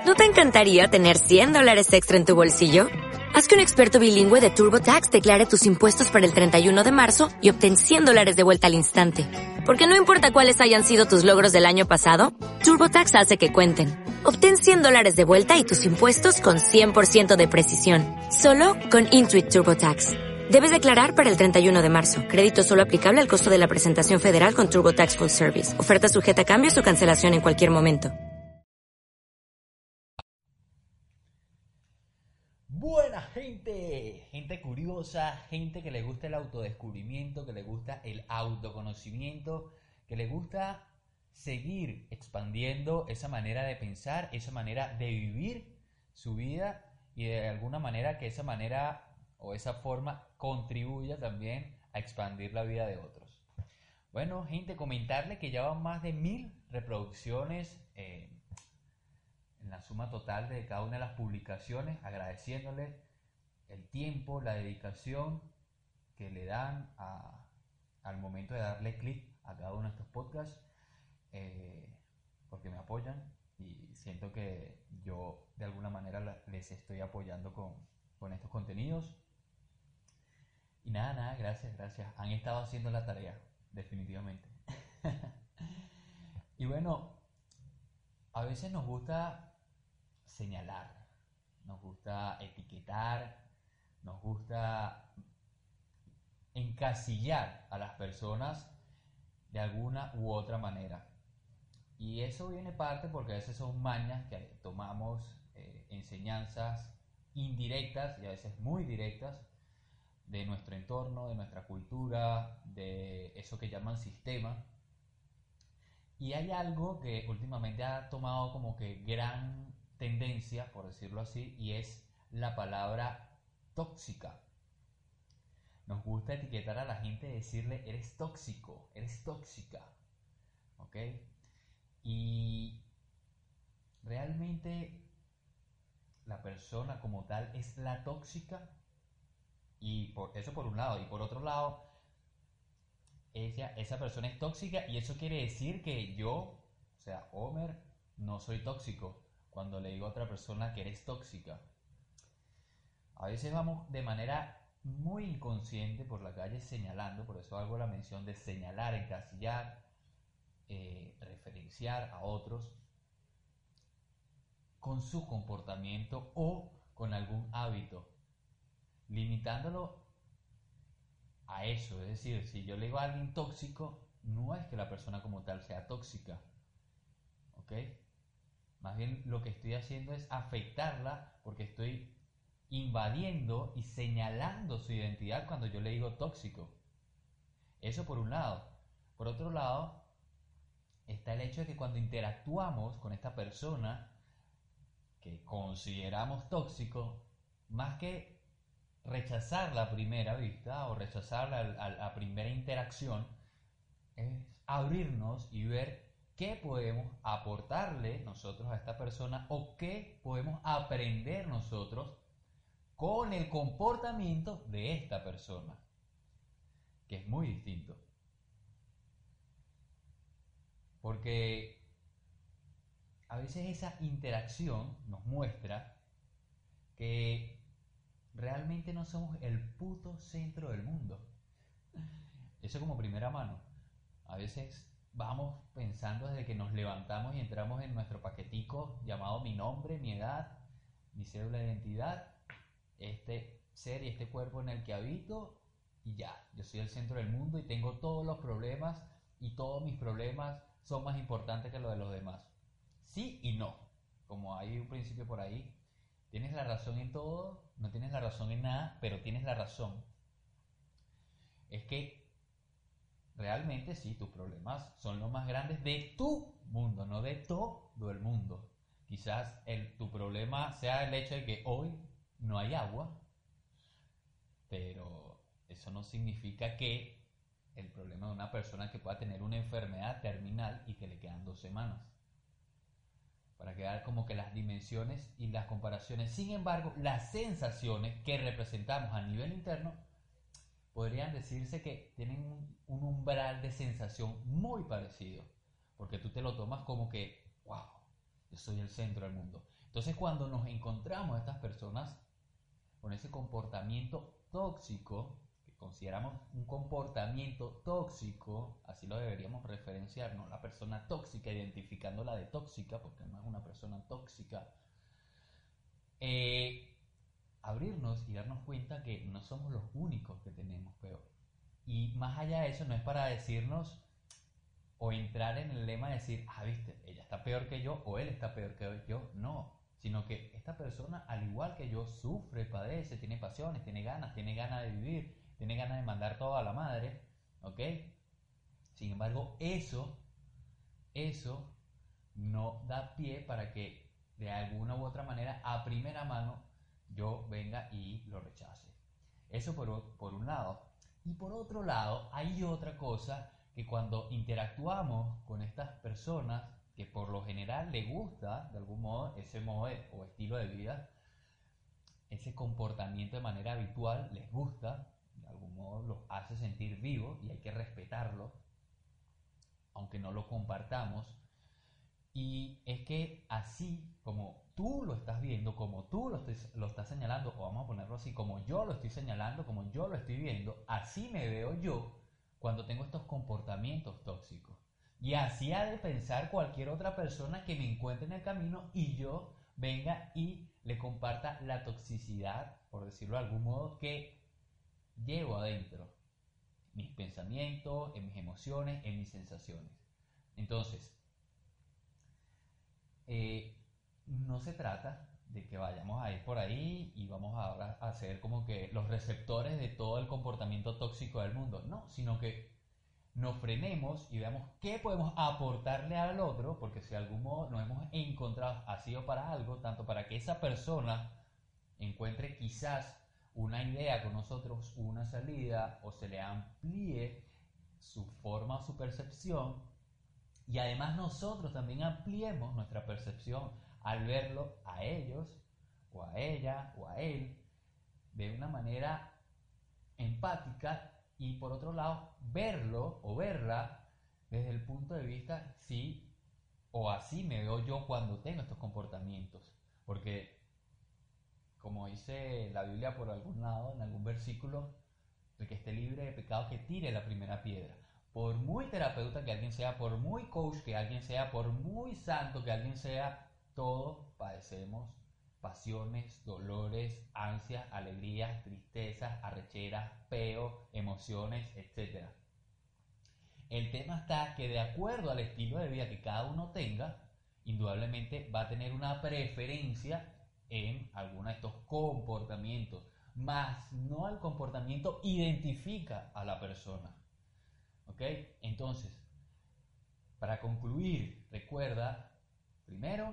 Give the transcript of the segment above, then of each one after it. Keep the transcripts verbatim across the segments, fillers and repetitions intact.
¿No te encantaría tener cien dólares extra en tu bolsillo? Haz que un experto bilingüe de TurboTax declare tus impuestos para el treinta y uno de marzo y obtén cien dólares de vuelta al instante. Porque no importa cuáles hayan sido tus logros del año pasado, TurboTax hace que cuenten. Obtén cien dólares de vuelta y tus impuestos con cien por ciento de precisión. Solo con Intuit TurboTax. Debes declarar para el treinta y uno de marzo. Crédito solo aplicable al costo de la presentación federal con TurboTax Full Service. Oferta sujeta a cambios o cancelación en cualquier momento. Buena gente, gente curiosa, gente que le gusta el autodescubrimiento, que le gusta el autoconocimiento, que le gusta seguir expandiendo esa manera de pensar, esa manera de vivir su vida y de alguna manera que esa manera o esa forma contribuya también a expandir la vida de otros. Bueno, gente, comentarle que ya van más de mil reproducciones eh, en la suma total de cada una de las publicaciones, agradeciéndole el tiempo, la dedicación que le dan a, al momento de darle clic a cada uno de estos podcasts, eh, porque me apoyan y siento que yo de alguna manera les estoy apoyando con, con estos contenidos. Y nada, nada, gracias, gracias. Han estado haciendo la tarea, definitivamente. Y bueno, a veces nos gusta señalar, nos gusta etiquetar, nos gusta encasillar a las personas de alguna u otra manera. Y eso viene parte porque a veces son mañas que tomamos, eh, enseñanzas indirectas y a veces muy directas de nuestro entorno, de nuestra cultura, de eso que llaman sistema. Y hay algo que últimamente ha tomado como que gran tendencia, por decirlo así, y es la palabra tóxica. Nos gusta etiquetar a la gente y decirle eres tóxico, eres tóxica, ¿ok? Y realmente la persona como tal es la tóxica, y por eso por un lado, y por otro lado, ella, esa persona es tóxica y eso quiere decir que yo, o sea, Homer, no soy tóxico cuando le digo a otra persona que eres tóxica. A veces vamos de manera muy inconsciente por la calle señalando, por eso hago la mención de señalar, encasillar, eh, referenciar a otros con su comportamiento o con algún hábito, limitándolo a eso. Es decir, si yo le digo a alguien tóxico, no es que la persona como tal sea tóxica, ¿ok? Más bien lo que estoy haciendo es afectarla porque estoy invadiendo y señalando su identidad cuando yo le digo tóxico. Eso por un lado. Por otro lado, está el hecho de que cuando interactuamos con esta persona que consideramos tóxico, más que rechazarla a primera vista o rechazarla a la primera interacción, es abrirnos y ver qué podemos aportarle nosotros a esta persona o qué podemos aprender nosotros con el comportamiento de esta persona, que es muy distinto. Porque a veces esa interacción nos muestra que realmente no somos el puto centro del mundo. Eso como primera mano. A veces vamos pensando desde que nos levantamos y entramos en nuestro paquetico llamado mi nombre, mi edad, mi cédula de identidad, este ser y este cuerpo en el que habito, y ya, yo soy el centro del mundo y tengo todos los problemas y todos mis problemas son más importantes que los de los demás. Sí y no, como hay un principio por ahí, tienes la razón en todo, no tienes la razón en nada, pero tienes la razón. Es que realmente sí, tus problemas son los más grandes de tu mundo, no de todo el mundo. Quizás el, tu problema sea el hecho de que hoy no hay agua, pero eso no significa que el problema de una persona que pueda tener una enfermedad terminal y que le quedan dos semanas. Para quedar como que las dimensiones y las comparaciones. Sin embargo, las sensaciones que representamos a nivel interno podrían decirse que tienen un, un umbral de sensación muy parecido. Porque tú te lo tomas como que, wow, yo soy el centro del mundo. Entonces, cuando nos encontramos estas personas con ese comportamiento tóxico, que consideramos un comportamiento tóxico, así lo deberíamos referenciar, ¿no? La persona tóxica, identificándola de tóxica, porque no es una persona tóxica, eh, abrirnos y darnos cuenta que no somos los únicos que tenemos peor. Y más allá de eso, no es para decirnos o entrar en el lema de decir, ah, viste, ella está peor que yo o él está peor que yo. No, sino que esta persona, al igual que yo, sufre, padece, tiene pasiones, tiene ganas, tiene ganas de vivir, tiene ganas de mandar todo a la madre, ¿ok? Sin embargo, eso, eso no da pie para que de alguna u otra manera, a primera mano, yo venga y lo rechace. Eso por, por un lado. Y por otro lado, hay otra cosa que cuando interactuamos con estas personas, que por lo general les gusta de algún modo ese modo de, o estilo de vida, ese comportamiento de manera habitual, les gusta, de algún modo los hace sentir vivos y hay que respetarlo, aunque no lo compartamos. Y es que así como tú lo estás viendo, como tú lo, estés, lo estás señalando, o vamos a ponerlo así, como yo lo estoy señalando, como yo lo estoy viendo, así me veo yo cuando tengo estos comportamientos tóxicos. Y así ha de pensar cualquier otra persona que me encuentre en el camino y yo venga y le comparta la toxicidad, por decirlo de algún modo, que llevo adentro. Mis pensamientos, en mis emociones, en mis sensaciones. Entonces, Eh, no se trata de que vayamos a ir por ahí y vamos ahora a ser como que los receptores de todo el comportamiento tóxico del mundo. No, sino que nos frenemos y veamos qué podemos aportarle al otro, porque si de algún modo nos hemos encontrado, ha sido para algo, tanto para que esa persona encuentre quizás una idea con nosotros, una salida, o se le amplíe su forma o su percepción, y además nosotros también ampliemos nuestra percepción al verlo a ellos, o a ella, o a él, de una manera empática, y por otro lado, verlo o verla desde el punto de vista sí o así me veo yo cuando tengo estos comportamientos. Porque, como dice la Biblia por algún lado, en algún versículo, el que esté libre de pecado que tire la primera piedra. Por muy terapeuta que alguien sea, por muy coach que alguien sea, por muy santo que alguien sea, todos padecemos pasiones, dolores, ansias, alegrías, tristezas, arrecheras, peo, emociones, etcétera. El tema está que de acuerdo al estilo de vida que cada uno tenga, indudablemente va a tener una preferencia en alguno de estos comportamientos, más no el comportamiento identifica a la persona. ¿Ok? Entonces, para concluir, recuerda, primero,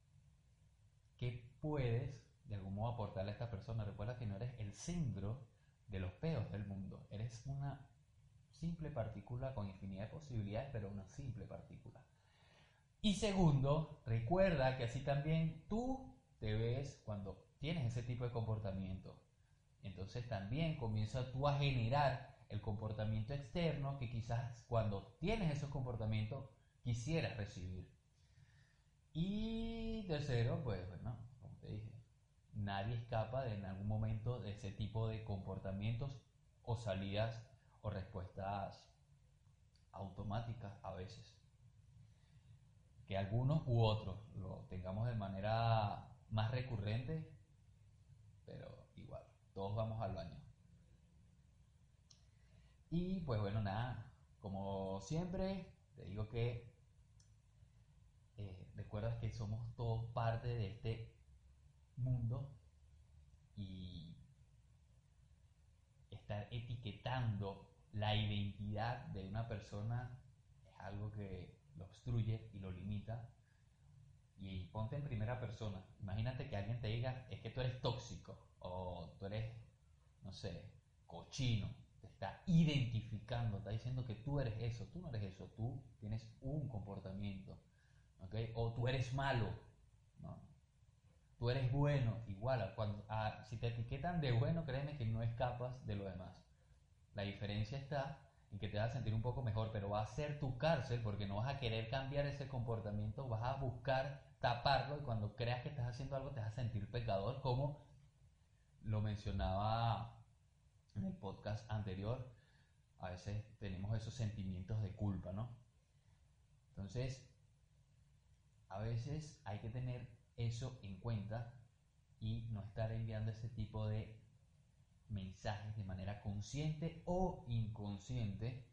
que puedes de algún modo aportarle a esta persona. Recuerda que no eres el centro de los peos del mundo. Eres una simple partícula con infinidad de posibilidades, pero una simple partícula. Y segundo, recuerda que así también tú te ves cuando tienes ese tipo de comportamiento. Entonces también comienza tú a generar el comportamiento externo que quizás cuando tienes esos comportamientos quisieras recibir. Y tercero, pues bueno, como te dije, nadie escapa de, en algún momento de ese tipo de comportamientos o salidas o respuestas automáticas a veces. Que algunos u otros lo tengamos de manera más recurrente, pero igual, todos vamos al baño. Y pues bueno, nada, como siempre, te digo que eh, recuerdas que somos todos parte de este mundo y estar etiquetando la identidad de una persona es algo que lo obstruye y lo limita. Y ponte en primera persona. Imagínate que alguien te diga, es que tú eres tóxico o tú eres, no sé, cochino. Te está identificando, está diciendo que tú eres eso. Tú no eres eso, tú tienes un comportamiento. ¿Okay? O tú eres malo, ¿no? Tú eres bueno, igual. Cuando, a, si te etiquetan de bueno, créeme que no escapas de lo demás. La diferencia está en que te vas a sentir un poco mejor, pero va a ser tu cárcel porque no vas a querer cambiar ese comportamiento, vas a buscar taparlo y cuando creas que estás haciendo algo te vas a sentir pecador, como lo mencionaba en el podcast anterior. A veces tenemos esos sentimientos de culpa, ¿no? Entonces, a veces hay que tener eso en cuenta y no estar enviando ese tipo de mensajes de manera consciente o inconsciente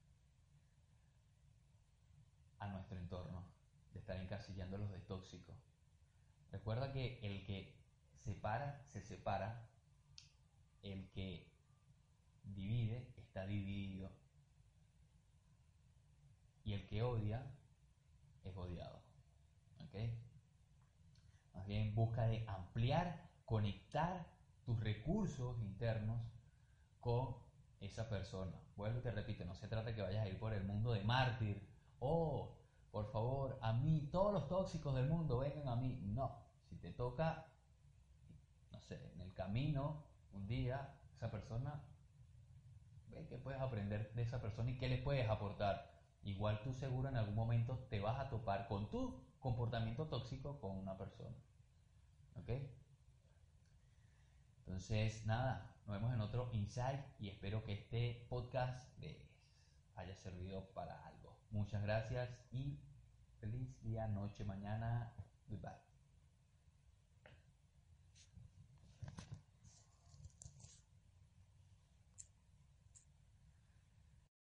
a nuestro entorno, de estar encasillándolos de tóxicos. Recuerda que el que separa, se separa, el que divide, está dividido, y el que odia, es odiado. ¿Ok? Más bien busca de ampliar, conectar tus recursos internos con esa persona. Vuelvo y te repito, no se trata de que vayas a ir por el mundo de mártir. Oh, por favor, a mí, todos los tóxicos del mundo vengan a mí. No, si te toca, no sé, en el camino, un día, esa persona, ve que puedes aprender de esa persona y qué le puedes aportar. Igual tú seguro en algún momento te vas a topar con tu comportamiento tóxico con una persona. ¿Ok? Entonces, nada, nos vemos en otro Insight y espero que este podcast les haya servido para algo. Muchas gracias y feliz día, noche, mañana. Goodbye.